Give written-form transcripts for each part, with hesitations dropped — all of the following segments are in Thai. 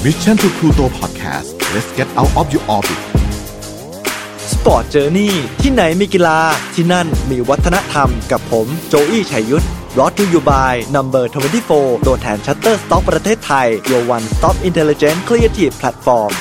Mission to Pluto Podcast let's get out of your orbit Sport Journey ที่ไหนมีกีฬาที่นั่นมีวัฒนธรรมกับผมโจอี้ชัยยุทธ Brought to you by Number 24 ตัวแทน Shutterstock ประเทศไทย Your One Stop Intelligent Creative Platform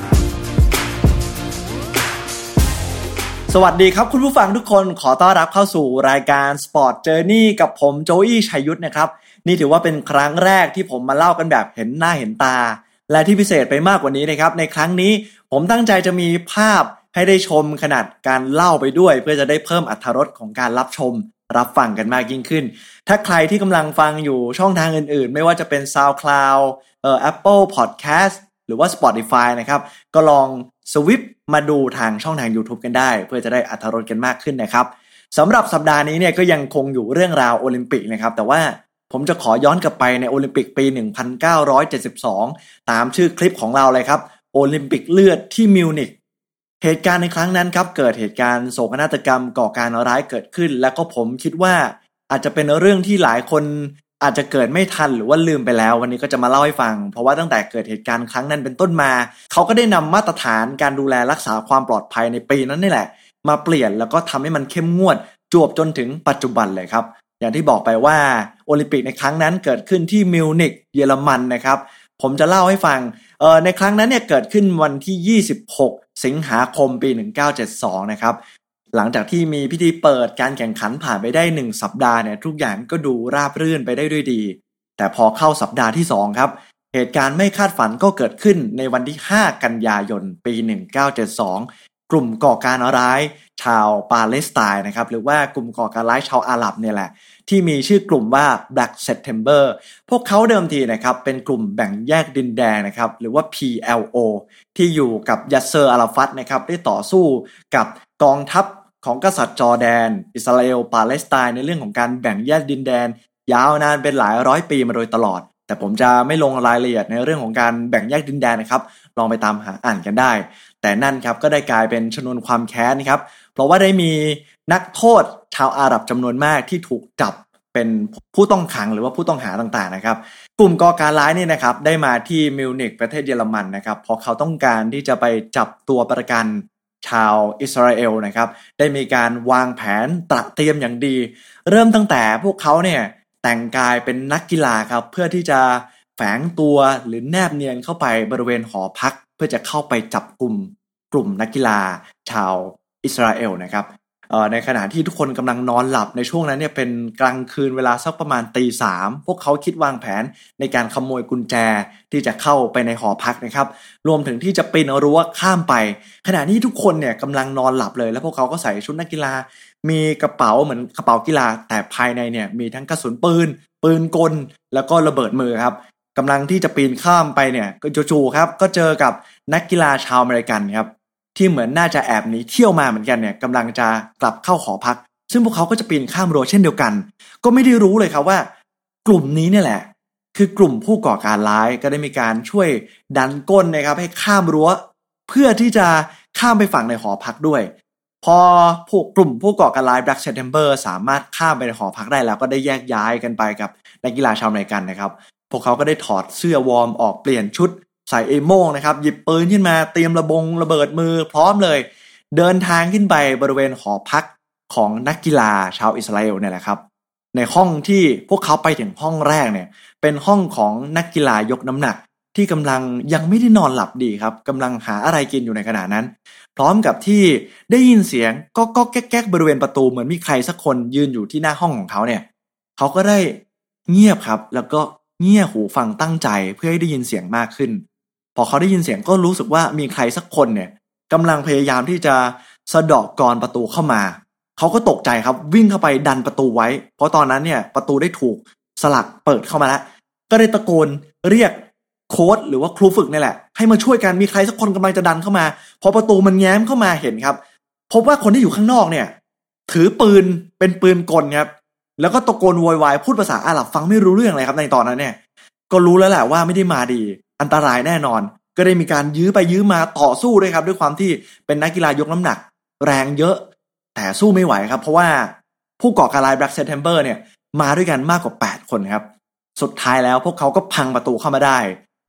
สวัสดีครับคุณผู้ฟังทุกคนขอต้อนรับเข้าสู่รายการ Sport Journey กับผมโจอี้ชัยยุทธนะครับนี่ถือว่าเป็นครั้งแรกที่ผมมาเล่ากันแบบเห็นหน้าเห็นตาและที่พิเศษไปมากกว่านี้นะครับในครั้งนี้ผมตั้งใจจะมีภาพให้ได้ชมขนาดการเล่าไปด้วยเพื่อจะได้เพิ่มอรรถรสของการรับชมรับฟังกันมากยิ่งขึ้นถ้าใครที่กำลังฟังอยู่ช่องทางอื่นๆไม่ว่าจะเป็น SoundCloud Apple Podcast หรือว่า Spotify นะครับก็ลองสวิปมาดูทางช่องทาง YouTube กันได้เพื่อจะได้อรรถรสกันมากขึ้นนะครับสำหรับสัปดาห์นี้เนี่ยก็ยังคงอยู่เรื่องราวโอลิมปิกนะครับแต่ว่าผมจะขอย้อนกลับไปในโอลิมปิกปี 1972 ตามชื่อคลิปของเราเลยครับโอลิมปิกเลือดที่มิวนิกเหตุการณ์ในครั้งนั้นครับเกิดเหตุการณ์โศกนาฏกรรมก่อการร้ายเกิดขึ้นแล้วก็ผมคิดว่าอาจจะเป็นเรื่องที่หลายคนอาจจะเกิดไม่ทันหรือว่าลืมไปแล้ววันนี้ก็จะมาเล่าให้ฟังเพราะว่าตั้งแต่เกิดเหตุการณ์ครั้งนั้นเป็นต้นมาเขาก็ได้นำมาตรฐานการดูแลรักษาความปลอดภัยในปีนั้นนี่แหละมาเปลี่ยนแล้วก็ทำให้มันเข้มงวดจวบจนถึงปัจจุบันเลยครับอย่างที่บอกไปว่าโอลิมปิกในครั้งนั้นเกิดขึ้นที่มิวนิกเยอรมันนะครับผมจะเล่าให้ฟังในครั้งนั้นเนี่ยเกิดขึ้นวันที่26สิงหาคมปี1972นะครับหลังจากที่มีพิธีเปิดการแข่งขันผ่านไปได้1สัปดาห์เนี่ยทุกอย่างก็ดูราบรื่นไปได้ด้วยดีแต่พอเข้าสัปดาห์ที่2ครับเหตุการณ์ไม่คาดฝันก็เกิดขึ้นในวันที่5กันยายนปี1972กลุ่มก่อการร้ายชาวปาเลสไตน์นะครับหรือว่ากลุ่มก่อการร้ายชาวอาหรับเนี่ยแหละที่มีชื่อกลุ่มว่า Black September พวกเขาเดิมทีนะครับเป็นกลุ่มแบ่งแยกดินแดนนะครับหรือว่า PLO ที่อยู่กับยัสเซอร์อาราฟัตนะครับได้ต่อสู้กับกองทัพของกษัตริย์จอร์แดนอิสราเอลปาเลสไตน์ในเรื่องของการแบ่งแยกดินแดนยาวนานเป็นหลายร้อยปีมาโดยตลอดแต่ผมจะไม่ลงรายละเอียดในเรื่องของการแบ่งแยกดินแดนนะครับลองไปตามหาอ่านกันได้แต่นั่นครับก็ได้กลายเป็นชนวนความแค้นนะครับเพราะว่าได้มีนักโทษชาวอาหรับจำนวนมากที่ถูกจับเป็นผู้ต้องขังหรือว่าผู้ต้องหาต่างๆนะครับกลุ่มก่อการร้ายนี่นะครับได้มาที่มิวนิกประเทศเยอรมันนะครับเพราะเขาต้องการที่จะไปจับตัวประกันชาวอิสราเอลนะครับได้มีการวางแผนเตรียมอย่างดีเริ่มตั้งแต่พวกเขาเนี่ยแต่งกายเป็นนักกีฬาครับเพื่อที่จะแฝงตัวหรือแนบเนียนเข้าไปบริเวณหอพักเพื่อจะเข้าไปจับกลุ่มนักกีฬาชาวอิสราเอลนะครับในขณะที่ทุกคนกำลังนอนหลับในช่วงนั้นเนี่ยเป็นกลางคืนเวลาสักประมาณตี 3พวกเขาคิดวางแผนในการขโมยกุญแจที่จะเข้าไปในหอพักนะครับรวมถึงที่จะปีนรั้วข้ามไปขณะนี้ทุกคนเนี่ยกำลังนอนหลับเลยแล้วพวกเขาก็ใส่ชุดนักกีฬามีกระเป๋าเหมือนกระเป๋ากีฬาแต่ภายในเนี่ยมีทั้งกระสุนปืนกลแล้วก็ระเบิดมือครับกำลังที่จะปีนข้ามไปเนี่ยก็จู่ๆครับก็เจอกับนักกีฬาชาวอเมริกันครับที่เหมือนน่าจะแอบหนีเที่ยวมาเหมือนกันเนี่ยกำลังจะกลับเข้าหอพักซึ่งพวกเขาก็จะปีนข้ามรั้วเช่นเดียวกันก็ไม่ได้รู้เลยครับว่ากลุ่มนี้เนี่ยแหละคือกลุ่มผู้ก่อการร้ายก็ได้มีการช่วยดันก้นนะครับให้ข้ามรั้วเพื่อที่จะข้ามไปฝั่งในหอพักด้วยพอพวกกลุ่มผู้ก่อการร้าย Black September สามารถข้ามไปในหอพักได้แล้วก็ได้แยกย้ายกันไปกับนักกีฬาชาวอเมริกันนะครับพวกเขาก็ได้ถอดเสื้อวอร์มออกเปลี่ยนชุดใส่เอโม่งนะครับหยิบปืนขึ้นมาเตรียมระเบิดมือพร้อมเลยเดินทางขึ้นไปบริเวณหอพักของนักกีฬาชาวอิสราเอลเนี่ยแหละครับในห้องที่พวกเขาไปถึงห้องแรกเนี่ยเป็นห้องของนักกีฬายกน้ำหนักที่กำลังยังไม่ได้นอนหลับดีครับกำลังหาอะไรกินอยู่ในขณะนั้นพร้อมกับที่ได้ยินเสียงก็แก๊กบริเวณประตูเหมือนมีใครสักคนยืนอยู่ที่หน้าห้องของเขาเนี่ยเขาก็ได้เงียบครับแล้วก็เงี่ยหูฟังตั้งใจเพื่อให้ได้ยินเสียงมากขึ้นพอเขาได้ยินเสียงก็รู้สึกว่ามีใครสักคนเนี่ยกำลังพยายามที่จะสะเดาะกลอนประตูเข้ามาเขาก็ตกใจครับวิ่งเข้าไปดันประตูไว้เพราะตอนนั้นเนี่ยประตูได้ถูกสลักเปิดเข้ามาแล้วก็ได้ตะโกนเรียกโค้ชหรือว่าครูฝึกนี่แหละให้มาช่วยกันมีใครสักคนกำลังจะดันเข้ามาพอประตูมันแง้มเข้ามาเห็นครับพบว่าคนที่อยู่ข้างนอกเนี่ยถือปืนเป็นปืนกลครับแล้วก็ตะโกนโวยวายพูดภาษาอาหรับฟังไม่รู้เรื่องเลยครับในตอนนั้นเนี่ยก็รู้แล้วแหละว่าไม่ได้มาดีอันตรายแน่นอนก็ได้มีการยื้อไปยื้อมาต่อสู้ด้วยครับด้วยความที่เป็นนักกีฬายกน้ำหนักแรงเยอะแต่สู้ไม่ไหวครับเพราะว่าผู้ก่อการร้าย Black September เนี่ยมาด้วยกันมากกว่า8คนครับสุดท้ายแล้วพวกเขาก็พังประตูเข้ามาได้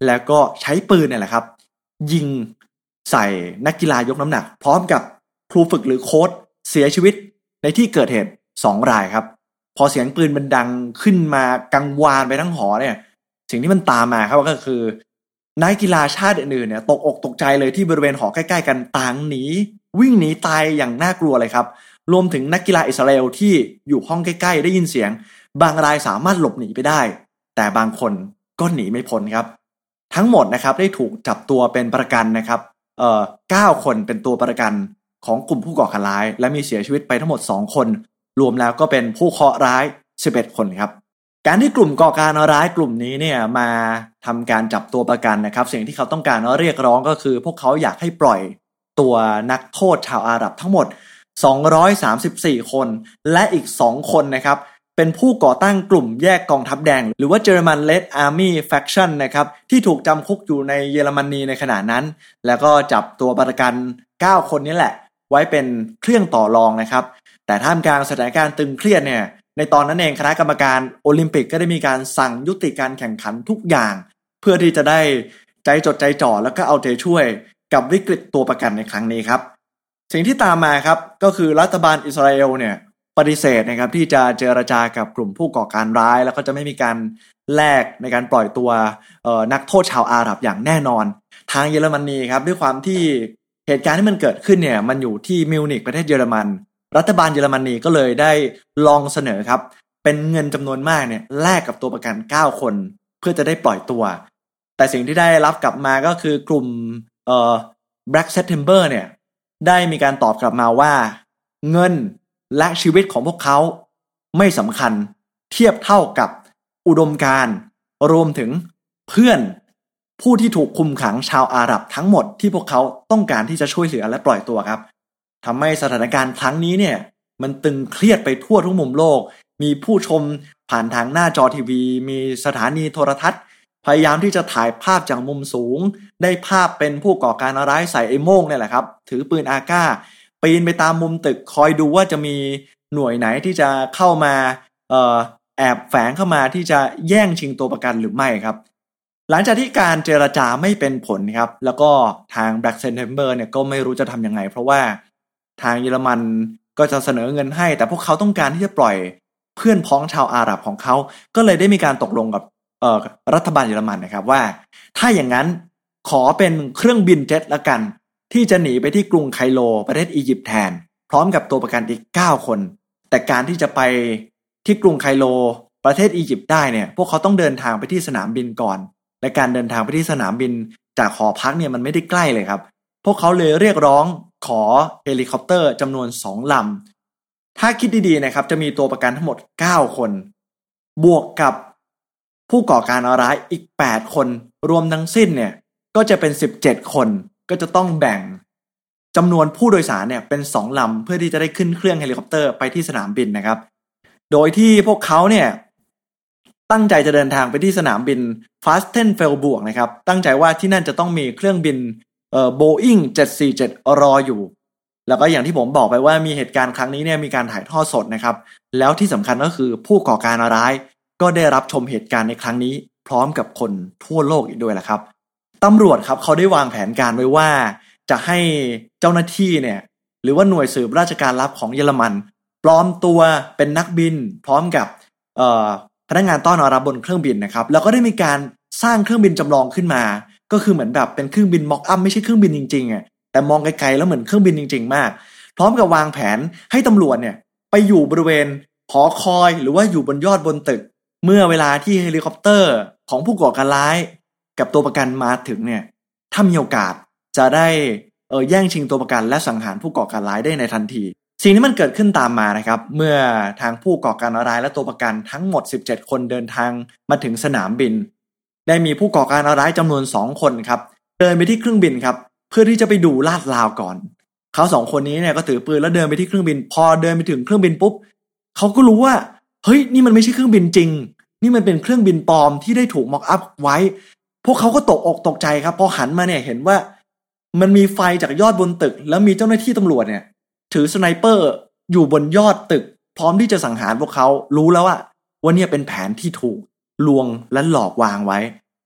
แล้วก็ใช้ปืนเนี่ยแหละครับยิงใส่นักกีฬายกน้ำหนักพร้อมกับครูฝึกหรือโค้ชเสียชีวิตในที่เกิดเหตุ2 รายครับพอเสียงปืนมันดังขึ้นมากังวานไปทั้งหอเนี่ยสิ่งที่มันตามมาครับก็คือนักกีฬาชาติอื่นๆเนี่ยตกอกตกใจเลยที่บริเวณหอใกล้ๆกันต่างหนีวิ่งหนีตายอย่างน่ากลัวเลยครับรวมถึงนักกีฬาอิสราเอลที่อยู่ห้องใกล้ๆได้ยินเสียงบางรายสามารถหลบหนีไปได้แต่บางคนก็หนีไม่พ้นครับทั้งหมดนะครับได้ถูกจับตัวเป็นประกันนะครับ9 คนเป็นตัวประกันของกลุ่มผู้ก่อการร้ายและมีเสียชีวิตไปทั้งหมด2 คนรวมแล้วก็เป็นผู้เคราะห์ร้าย11 คนครับการที่กลุ่มก่อการร้ายกลุ่มนี้เนี่ยมาทำการจับตัวประกันนะครับสิ่งที่เขาต้องการเรียกร้องก็คือพวกเขาอยากให้ปล่อยตัวนักโทษชาวอาหรับทั้งหมด234 คนและอีก2 คนนะครับเป็นผู้ก่อตั้งกลุ่มแยกกองทัพแดงหรือว่า German Red Army Faction นะครับที่ถูกจำคุกอยู่ในเยอรมนีในขณะนั้นแล้วก็จับตัวประกัน9 คนนี้แหละไว้เป็นเครื่องต่อรองนะครับแต่ท่ามกลางสถานการณ์ตึงเครียดเนี่ยในตอนนั้นเองคณะกรรมการโอลิมปิกก็ได้มีการสั่งยุติการแข่งขันทุกอย่างเพื่อที่จะได้ใจจดใจจ่อแล้วก็เอาใจช่วยกับวิกฤตตัวประกันในครั้งนี้ครับสิ่งที่ตามมาครับก็คือรัฐบาลอิสราเอลเนี่ยปฏิเสธนะครับที่จะเจรจากับกลุ่มผู้ก่อการร้ายแล้วก็จะไม่มีการแลกในการปล่อยตัวนักโทษชาวอาหรับอย่างแน่นอนทางเยอรมนีครับด้วยความที่เหตุการณ์ที่มันเกิดขึ้นเนี่ยมันอยู่ที่มิวนิกประเทศเยอรมันรัฐบาลเยอรมนีก็เลยได้ลองเสนอครับเป็นเงินจำนวนมากเนี่ยแลกกับตัวประกัน9 คนเพื่อจะได้ปล่อยตัวแต่สิ่งที่ได้รับกลับมาก็คือกลุ่มBlack September เนี่ยได้มีการตอบกลับมาว่าเงินและชีวิตของพวกเขาไม่สำคัญเทียบเท่ากับอุดมการณ์รวมถึงเพื่อนผู้ที่ถูกคุมขังชาวอาหรับทั้งหมดที่พวกเขาต้องการที่จะช่วยเหลือและปล่อยตัวครับทำให้สถานการณ์ครั้งนี้เนี่ยมันตึงเครียดไปทั่วทุกมุมโลกมีผู้ชมผ่านทางหน้าจอทีวีมีสถานีโทรทัศน์พยายามที่จะถ่ายภาพจากมุมสูงได้ภาพเป็นผู้ก่อการร้ายใส่ไอ้โม่งเนี่ยแหละครับถือปืนอาก้าปีนไปตามมุมตึกคอยดูว่าจะมีหน่วยไหนที่จะเข้ามาแอบแฝงเข้ามาที่จะแย่งชิงตัวประกันหรือไม่ครับหลังจากที่การเจรจาไม่เป็นผลครับแล้วก็ทาง Black September เนี่ยก็ไม่รู้จะทำยังไงเพราะว่าทางเยอรมันก็จะเสนอเงินให้แต่พวกเขาต้องการที่จะปล่อยเพื่อนพ้องชาวอาหรับของเขาก็เลยได้มีการตกลงกับรัฐบาลเยอรมันนะครับว่าถ้าอย่างนั้นขอเป็นเครื่องบินเจ็ตละกันที่จะหนีไปที่กรุงไคโรประเทศอียิปต์แทนพร้อมกับตัวประกันอีก9 คนแต่การที่จะไปที่กรุงไคโรประเทศอียิปต์ได้เนี่ยพวกเขาต้องเดินทางไปที่สนามบินก่อนและการเดินทางไปที่สนามบินจากหอพักเนี่ยมันไม่ได้ใกล้เลยครับพวกเขาเลยเรียกร้องขอเฮลิคอปเตอร์จำนวน2 ลำถ้าคิดดีๆนะครับจะมีตัวประกันทั้งหมด9 คนบวกกับผู้ก่อการร้ายอีก8 คนรวมทั้งสิ้นเนี่ยก็จะเป็น17 คนก็จะต้องแบ่งจำนวนผู้โดยสารเนี่ยเป็น2 ลำเพื่อที่จะได้ขึ้นเครื่องเฮลิคอปเตอร์ไปที่สนามบินนะครับโดยที่พวกเขาเนี่ยตั้งใจจะเดินทางไปที่สนามบินฟาสเทนเฟลบวกนะครับตั้งใจว่าที่นั่นจะต้องมีเครื่องบินBoeing 747รออยู่แล้วก็อย่างที่ผมบอกไปว่ามีเหตุการณ์ครั้งนี้เนี่ยมีการถ่ายทอดสดนะครับแล้วที่สำคัญก็คือผู้ก่อการร้ายก็ได้รับชมเหตุการณ์ในครั้งนี้พร้อมกับคนทั่วโลกอีกด้วยแหละครับตำรวจครับเขาได้วางแผนการไว้ว่าจะให้เจ้าหน้าที่เนี่ยหรือว่าหน่วยสืบราชการลับของเยอรมันปลอมตัวเป็นนักบินพร้อมกับพนักงานต้อนรับบนเครื่องบินนะครับแล้วก็ได้มีการสร้างเครื่องบินจำลองขึ้นมาก็คือเหมือนแบบเป็นเครื่องบินม็อกอัพไม่ใช่เครื่องบินจริงๆอ่ะแต่มองไกลๆแล้วเหมือนเครื่องบินจริงๆมากพร้อมกับวางแผนให้ตำรวจเนี่ยไปอยู่บริเวณหอคอยหรือว่าอยู่บนยอดบนตึกเมื่อเวลาที่เฮลิคอปเตอร์ของผู้ก่อการร้ายกับตัวประกันมาถึงเนี่ยถ้ามีโอกาสจะได้แย่งชิงตัวประกันและสังหารผู้ก่อการร้ายได้ในทันทีสิ่งที่มันเกิดขึ้นตามมานะครับเมื่อทางผู้ก่อการร้ายและตัวประกันทั้งหมด17 คนเดินทางมาถึงสนามบินได้มีผู้ก่อการร้ายจำนวน2 คนครับเดินไปที่เครื่องบินครับเพื่อที่จะไปดูลาดราวก่อนเขา2 คนนี้เนี่ยก็ถือปืนแล้วเดินไปที่เครื่องบินพอเดินไปถึงเครื่องบินปุ๊บเขาก็รู้ว่าเฮ้ยนี่มันไม่ใช่เครื่องบินจริงนี่มันเป็นเครื่องบินปลอมที่ได้ถูกม็อกอัพไว้พวกเขาก็ตกอกตกใจครับพอหันมาเนี่ยเห็นว่ามันมีไฟจากยอดบนตึกแล้วมีเจ้าหน้าที่ตำรวจเนี่ยถือสไนเปอร์อยู่บนยอดตึกพร้อมที่จะสังหารพวกเขารู้แล้วว่าเนี่ยเป็นแผนที่ถูกลวงและหลอกวางไว้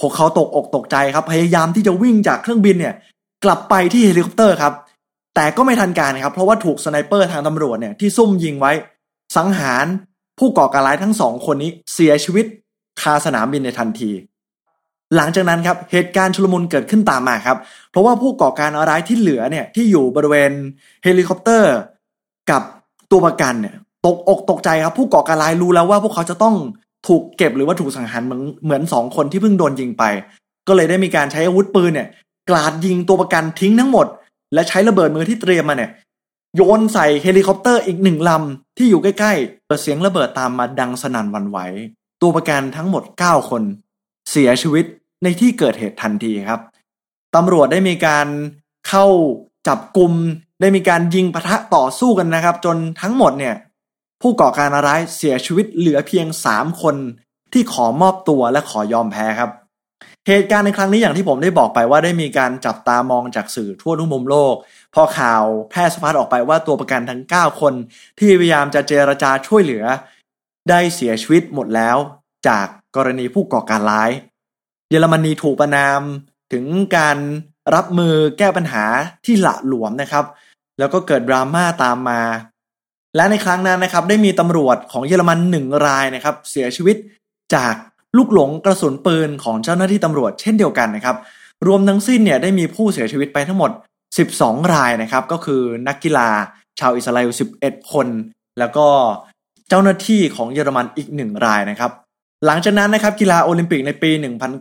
พวกเขาตกอกตกใจครับพยายามที่จะวิ่งจากเครื่องบินเนี่ยกลับไปที่เฮลิคอปเตอร์ครับแต่ก็ไม่ทันการครับเพราะว่าถูกสไนเปอร์ทางตำรวจเนี่ยที่ซุ่มยิงไว้สังหารผู้ก่อการร้ายทั้ง2คนนี้เสียชีวิตคาสนามบินในทันทีหลังจากนั้นครับเหตุการณ์ชุลมุนเกิดขึ้นตามมาครับเพราะว่าผู้ก่อการร้ายที่เหลือเนี่ยที่อยู่บริเวณเฮลิคอปเตอร์กับตัวประกันเนี่ยตกอกตกใจครับผู้ก่อการร้ายรู้แล้วว่าพวกเขาจะต้องถูกเก็บหรือว่าถูกสังหารเหมือน2คนที่เพิ่งโดนยิงไปก็เลยได้มีการใช้อาวุธปืนเนี่ยกราดยิงตัวประกันทิ้งทั้งหมดและใช้ระเบิดมือที่เตรียมมาเนี่ยโยนใส่เฮลิคอปเตอร์อีก1ลำที่อยู่ใกล้ๆเกิดเสียงระเบิดตามมาดังสนั่นหวั่นไหวตัวประกันทั้งหมด9คนเสียชีวิตในที่เกิดเหตุทันทีครับตำรวจได้มีการเข้าจับกุมได้มีการยิงปะทะต่อสู้กันนะครับจนทั้งหมดเนี่ยผู้ก่อการร้ายเสียชีวิตเหลือเพียง3คนที่ขอมอบตัวและขอยอมแพ้ครับเหตุการณ์ในครั้งนี้อย่างที่ผมได้บอกไปว่าได้มีการจับตามองจากสื่อทั่วทุกมุมโลกพอข่าวแพร่สะพัดออกไปว่าตัวประกันทั้ง9คนที่พยายามจะเจรจาช่วยเหลือได้เสียชีวิตหมดแล้วจากกรณีผู้ก่อการร้ายเยอรมนีถูกประณามถึงการรับมือแก้ปัญหาที่หละหลวมนะครับแล้วก็เกิดดราม่าตามมาและในครั้งนั้นนะครับได้มีตำรวจของเยอรมัน1รายนะครับเสียชีวิตจากลูกหลงกระสุนปืนของเจ้าหน้าที่ตำรวจเช่นเดียวกันนะครับรวมทั้งสิ้นเนี่ยได้มีผู้เสียชีวิตไปทั้งหมด12รายนะครับก็คือนักกีฬาชาวอิสราเอล11คนแล้วก็เจ้าหน้าที่ของเยอรมันอีก1รายนะครับหลังจากนั้นนะครับกีฬาโอลิมปิกในปี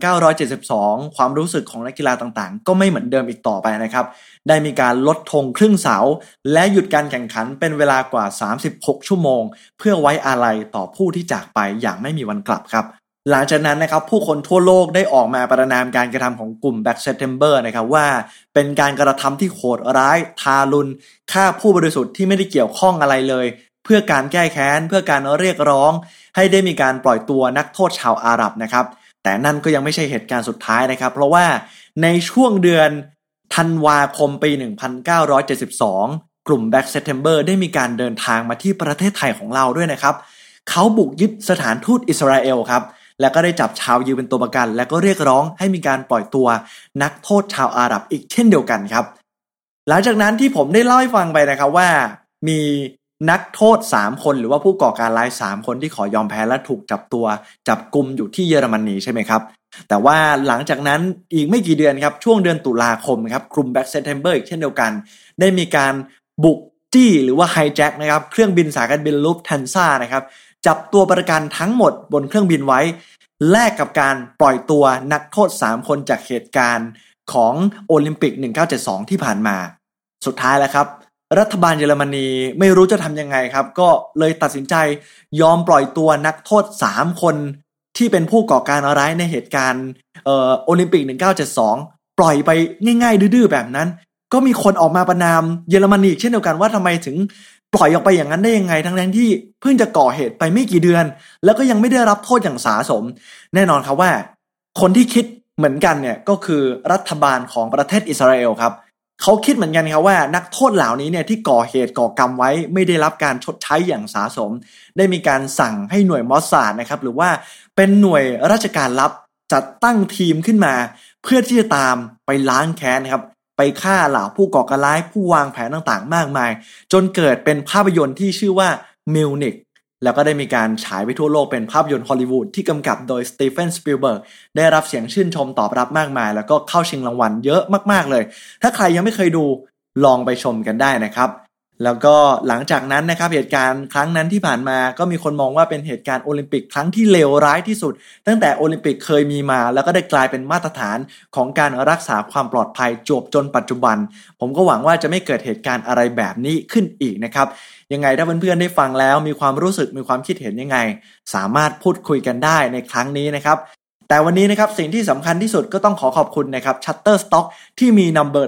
1972 ความรู้สึกของนักกีฬาต่างๆก็ไม่เหมือนเดิมอีกต่อไปนะครับได้มีการลดธงครึ่งเสาและหยุดการแข่งขันเป็นเวลากว่า36ชั่วโมงเพื่อไว้อาลัยต่อผู้ที่จากไปอย่างไม่มีวันกลับครับหลังจากนั้นนะครับผู้คนทั่วโลกได้ออกมาประณามการกระทำของกลุ่ม Black September นะครับว่าเป็นการกระทำที่โหดร้ายทารุณฆ่าผู้บริสุทธิ์ที่ไม่ได้เกี่ยวข้องอะไรเลยเพื่อการแก้แค้นเพื่อการเรียกร้องให้ได้มีการปล่อยตัวนักโทษชาวอาหรับนะครับแต่นั่นก็ยังไม่ใช่เหตุการณ์สุดท้ายนะครับเพราะว่าในช่วงเดือนธันวาคมปี 1972 กลุ่ม Black September ได้มีการเดินทางมาที่ประเทศไทยของเราด้วยนะครับเขาบุกยึดสถานทูตอิสราเอลครับแล้วก็ได้จับชาวยิวเป็นตัวประกันและก็เรียกร้องให้มีการปล่อยตัวนักโทษชาวอาหรับอีกเช่นเดียวกันครับหลังจากนั้นที่ผมได้เล่าให้ฟังไปนะครับว่ามีนักโทษ3คนหรือว่าผู้ก่อการร้าย3คนที่ขอยอมแพ้และถูกจับกุมอยู่ที่เยอรมนีใช่ไหมครับแต่ว่าหลังจากนั้นอีกไม่กี่เดือนครับช่วงเดือนตุลาคมครับกลุ่ม Black September อีกเช่นเดียวกันได้มีการบุกจี้หรือว่าไฮแจ็คนะครับเครื่องบินสายการบินลูฟทันซ่านะครับจับตัวประกันทั้งหมดบนเครื่องบินไว้แลกกับการปล่อยตัวนักโทษ3คนจากเหตุการณ์ของโอลิมปิก1972ที่ผ่านมาสุดท้ายแล้วครับรัฐบาลเยอรมนีไม่รู้จะทำยังไงครับก็เลยตัดสินใจยอมปล่อยตัวนักโทษ3คนที่เป็นผู้ก่อการร้ายในเหตุการณ์โอลิมปิก1972ปล่อยไปง่ายๆดื้อๆแบบนั้นก็มีคนออกมาประณามเยอรมนีเช่นเดียวกันว่าทำไมถึงปล่อยออกไปอย่างนั้นได้ยังไงทั้งที่เพิ่งจะก่อเหตุไปไม่กี่เดือนแล้วก็ยังไม่ได้รับโทษอย่างสาสมแน่นอนครับว่าคนที่คิดเหมือนกันเนี่ยก็คือรัฐบาลของประเทศอิสราเอลครับเขาคิดเหมือนกันครับว่านักโทษเหล่านี้เนี่ยที่ก่อเหตุก่อกรรมไว้ไม่ได้รับการชดใช้อย่างสาสมได้มีการสั่งให้หน่วยมอสซาดนะครับหรือว่าเป็นหน่วยราชการลับจัดตั้งทีมขึ้นมาเพื่อที่จะตามไปล้างแค้นนะครับไปฆ่าเหล่าผู้ก่อการร้ายผู้วางแผนต่างๆมากมายจนเกิดเป็นภาพยนตร์ที่ชื่อว่ามิวนิกแล้วก็ได้มีการฉายไปทั่วโลกเป็นภาพยนตร์ฮอลลีวูดที่กำกับโดยสตีเฟน สปิลเบิร์กได้รับเสียงชื่นชมตอบรับมากมายแล้วก็เข้าชิงรางวัลเยอะมากๆเลยถ้าใครยังไม่เคยดูลองไปชมกันได้นะครับแล้วก็หลังจากนั้นนะครับเหตุการณ์ครั้งนั้นที่ผ่านมาก็มีคนมองว่าเป็นเหตุการณ์โอลิมปิกครั้งที่เลวร้ายที่สุดตั้งแต่โอลิมปิกเคยมีมาแล้วก็ได้กลายเป็นมาตรฐานของการรักษาความปลอดภัยจนปัจจุบันผมก็หวังว่าจะไม่เกิดเหตุการณ์อะไรแบบนี้ขึ้นอีกนะครับยังไงถ้าเพื่อนๆได้ฟังแล้วมีความรู้สึกมีความคิดเห็นยังไงสามารถพูดคุยกันได้ในครั้งนี้นะครับแต่วันนี้นะครับสิ่งที่สำคัญที่สุดก็ต้องขอบคุณนะครับ Shutterstock ที่มี Number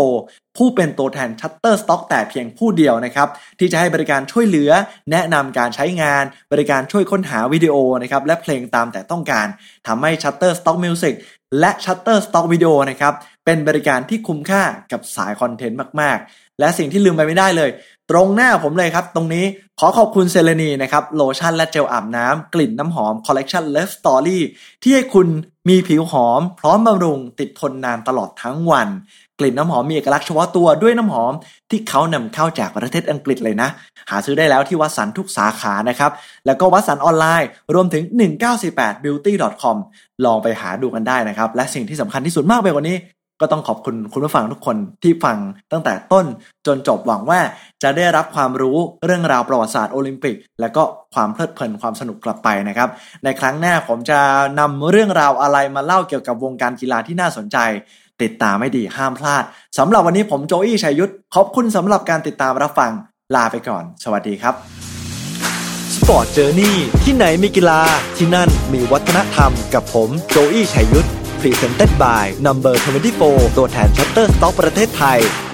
24ผู้เป็นตัวแทน Shutterstock แต่เพียงผู้เดียวนะครับที่จะให้บริการช่วยเหลือแนะนำการใช้งานบริการช่วยค้นหาวิดีโอนะครับและเพลงตามแต่ต้องการทำให้ Shutterstock Music และ Shutterstock Video นะครับเป็นบริการที่คุ้มค่ากับสายคอนเทนต์มากๆและสิ่งที่ลืมไปไม่ได้เลยตรงหน้าผมเลยครับตรงนี้ขอขอบคุณเซเลนีนะครับโลชั่นและเจลอาบน้ำกลิ่นน้ำหอมคอลเลกชัน Love Story ที่ให้คุณมีผิวหอมพร้อมบำรุงติดทนนานตลอดทั้งวันกลิ่นน้ำหอมมีเอกลักษณ์เฉพาะตัวด้วยน้ำหอมที่เขานำเข้าจากประเทศอังกฤษเลยนะหาซื้อได้แล้วที่วัตสันทุกสาขานะครับแล้วก็วัตสันออนไลน์รวมถึง 1948beauty.com ลองไปหาดูกันได้นะครับและสิ่งที่สำคัญที่สุดมากไปกว่านี้ก็ต้องขอบคุณคุณผู้ฟังทุกคนที่ฟังตั้งแต่ต้นจนจบหวังว่าจะได้รับความรู้เรื่องราวประวัติศาสตร์โอลิมปิกและก็ความเพลิดเพลินความสนุกกลับไปนะครับในครั้งหน้าผมจะนำเรื่องราวอะไรมาเล่าเกี่ยวกับวงการกีฬาที่น่าสนใจติดตามให้ดีห้ามพลาดสำหรับวันนี้ผมโจอี้ชัยยุทธขอบคุณสำหรับการติดตามรับฟังลาไปก่อนสวัสดีครับ Sport Journey ที่ไหนมีกีฬาที่นั่นมีวัฒนธรรมกับผมโจอี้ชัยยุทธPresented by Number 24 ตัวแทน Shutterstock ประเทศไทย